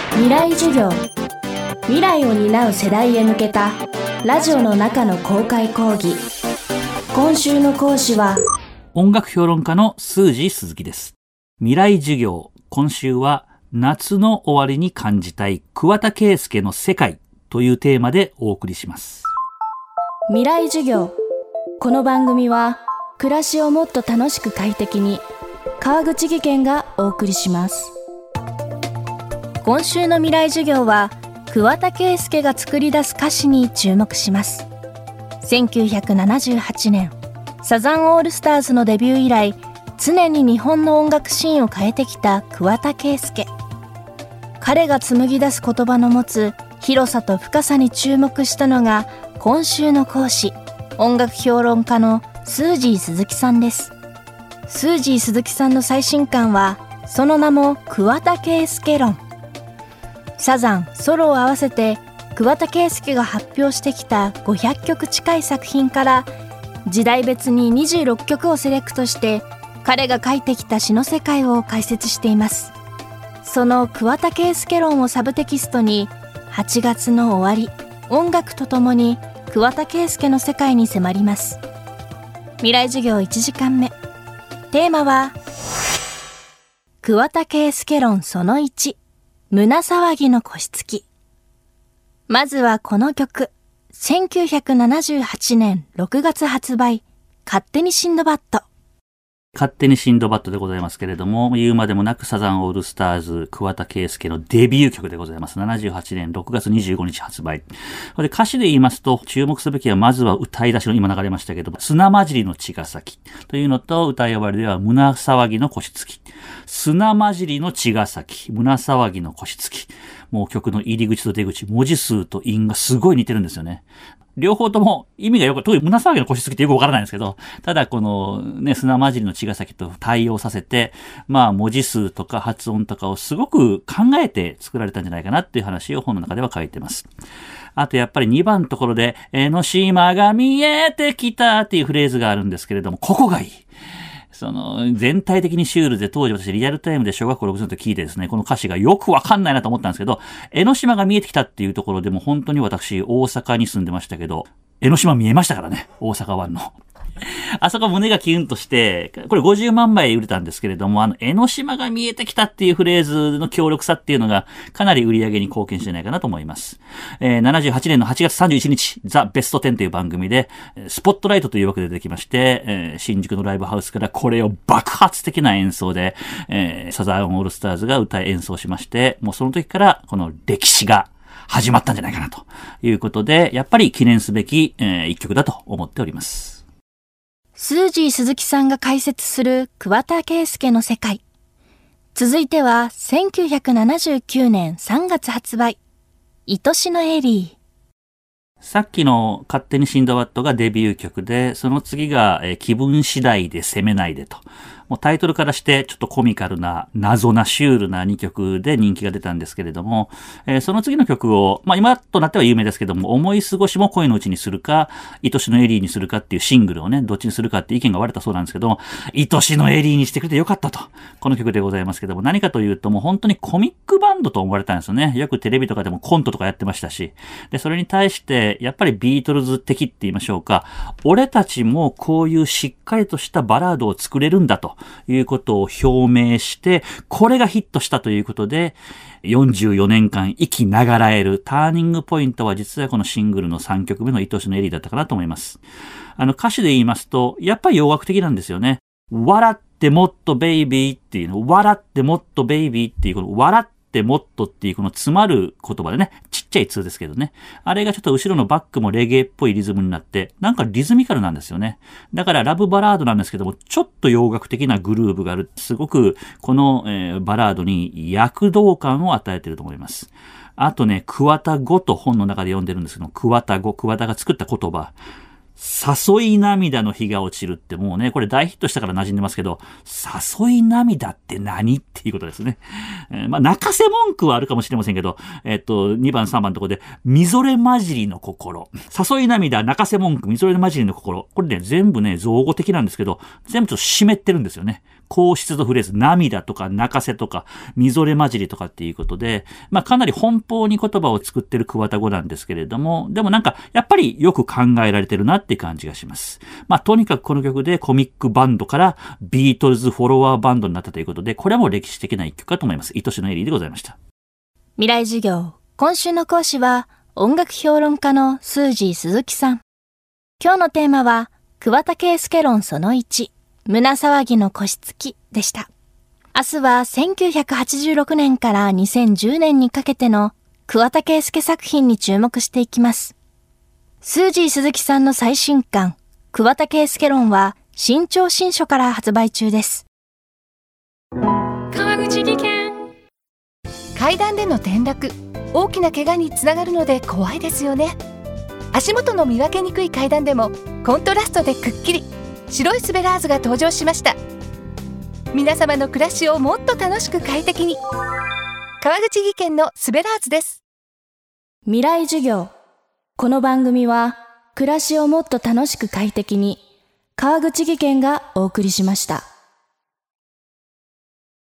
未来授業。未来を担う世代へ向けたラジオの中の公開講義。今週の講師は音楽評論家のスージー鈴木です。未来授業、今週は夏の終わりに感じたい桑田佳祐の世界というテーマでお送りします。 未来授業。この番組は暮らしをもっと楽しく快適に、川口義賢がお送りします。今週の未来授業は桑田佳祐が作り出す歌詞に注目します。1978年サザンオールスターズのデビュー以来、常に日本の音楽シーンを変えてきた桑田佳祐。彼が紡ぎ出す言葉の持つ広さと深さに注目したのが今週の講師、音楽評論家のスージー鈴木さんです。スージー鈴木さんの最新刊はその名も桑田佳祐論。サザン、ソロを合わせて桑田佳祐が発表してきた500曲近い作品から時代別に26曲をセレクトして彼が書いてきた詩の世界を解説しています。その桑田佳祐論をサブテキストに8月の終わり、音楽とともに桑田佳祐の世界に迫ります。未来授業1時間目。テーマは桑田佳祐論その1、胸騒ぎの腰つき。まずはこの曲、1978年6月発売、勝手にシンドバッド。 勝手にシンドバッドでございますけれども、言うまでもなくサザンオールスターズ桑田佳祐のデビュー曲でございます。78年6月25日発売。これ歌詞で言いますと、注目すべきはまずは歌い出しの今流れましたけど、砂混じりの茅ヶ崎というのと、歌い終わりでは胸騒ぎの腰つき。砂混じりの茅ヶ崎、胸騒ぎの腰つき。もう曲の入り口と出口、文字数と韻がすごい似てるんですよね。両方とも意味がよく、特に胸騒ぎの腰つきってよくわからないんですけど、ただこのね、砂混じりの茅ヶ崎と対応させて、文字数とか発音とかをすごく考えて作られたんじゃないかなっていう話を本の中では書いてます。あとやっぱり2番のところで、江ノ島が見えてきたっていうフレーズがあるんですけれども、ここがいい。全体的にシュールで、当時私リアルタイムで小学校6年の時聞いてですね、この歌詞がよくわかんないなと思ったんですけど、江ノ島が見えてきたっていうところでも本当に私、大阪に住んでましたけど、江ノ島見えましたからね、大阪湾の。あそこ胸がキュンとして、これ50万枚売れたんですけれども、江ノ島が見えてきたっていうフレーズの強力さっていうのがかなり売り上げに貢献してないかなと思います。78年の8月31日、ザ・ベスト10という番組で、スポットライトという枠で出てきまして、新宿のライブハウスからこれを爆発的な演奏で、サザンオールスターズが歌い演奏しまして、もうその時からこの歴史が始まったんじゃないかなということで、やっぱり記念すべき、一曲だと思っております。 スージー鈴木さんが解説する桑田佳祐の世界。続いては1979年3月発売、愛しのエリー。 さっきの勝手にシンドバッドがデビュー曲で、その次が、気分次第で責めないでと。もうタイトルからしてちょっとコミカルな、謎なシュールな2曲で人気が出たんですけれども、その次の曲を、今となっては有名ですけども、思い過ごしも恋のうちにするか、愛しのエリーにするかっていうシングルをね、どっちにするかって意見が割れたそうなんですけど、愛しのエリーにしてくれてよかったと。この曲でございますけども、何かというともう本当にコミックバンドと思われたんですよね。よくテレビとかでもコントとかやってましたし。で、それに対して、やっぱりビートルズ的って言いましょうか。俺たちもこういうしっかりとしたバラードを作れるんだということを表明して、これがヒットしたということで、44年間生きながらえるターニングポイントは実はこのシングルの3曲目の愛しのエリーだったかなと思います。歌詞で言いますと、やっぱり洋楽的なんですよね。笑ってもっとベイビーっていうの、笑ってもっとベイビーっていう、この笑ってもっとっていうこの詰まる言葉でね、ちっちゃい2ですけどね。あれがちょっと後ろのバックもレゲエっぽいリズムになって、なんかリズミカルなんですよね。だからラブバラードなんですけども、ちょっと洋楽的なグルーヴがある。すごくこの、バラードに躍動感を与えていると思います。あとね、桑田語と本の中で読んでるんですけども、桑田語、桑田が作った言葉。誘い涙の日が落ちるってもうね、これ大ヒットしたから馴染んでますけど、誘い涙って何っていうことですね。泣かせ文句はあるかもしれませんけど、2番3番のところで、みぞれ混じりの心。誘い涙、泣かせ文句、みぞれ混じりの心。これね、全部ね、造語的なんですけど、全部ちょっと湿ってるんですよね。 硬質のフレーズ、涙とか泣かせとか、みぞれ混じりとかっていうことで、かなり奔放に言葉を作ってる桑田語なんですけれども、でもやっぱりよく考えられてるなって感じがします。とにかくこの曲でコミックバンドからビートルズフォロワーバンドになったということで、これはもう歴史的な一曲かと思います。愛しのエリーでございました。 未来授業、今週の講師は音楽評論家のスージー鈴木さん。今日のテーマは桑田佳祐論その1、胸騒ぎの腰つきでした。明日は1986年から2010年にかけての桑田佳祐作品に注目していきます。スージー鈴木さんの最新刊、桑田佳祐論は新潮新書から発売中です。 川口技研。階段での転落、大きな怪我につながるので怖いですよね。足元の見分けにくい階段でもコントラストでくっきり白いスベラーズが登場しました。皆様の暮らしをもっと楽しく快適に、川口技研のスベラーズです。 未来授業。この番組は暮らしをもっと楽しく快適に、川口技研がお送りしました。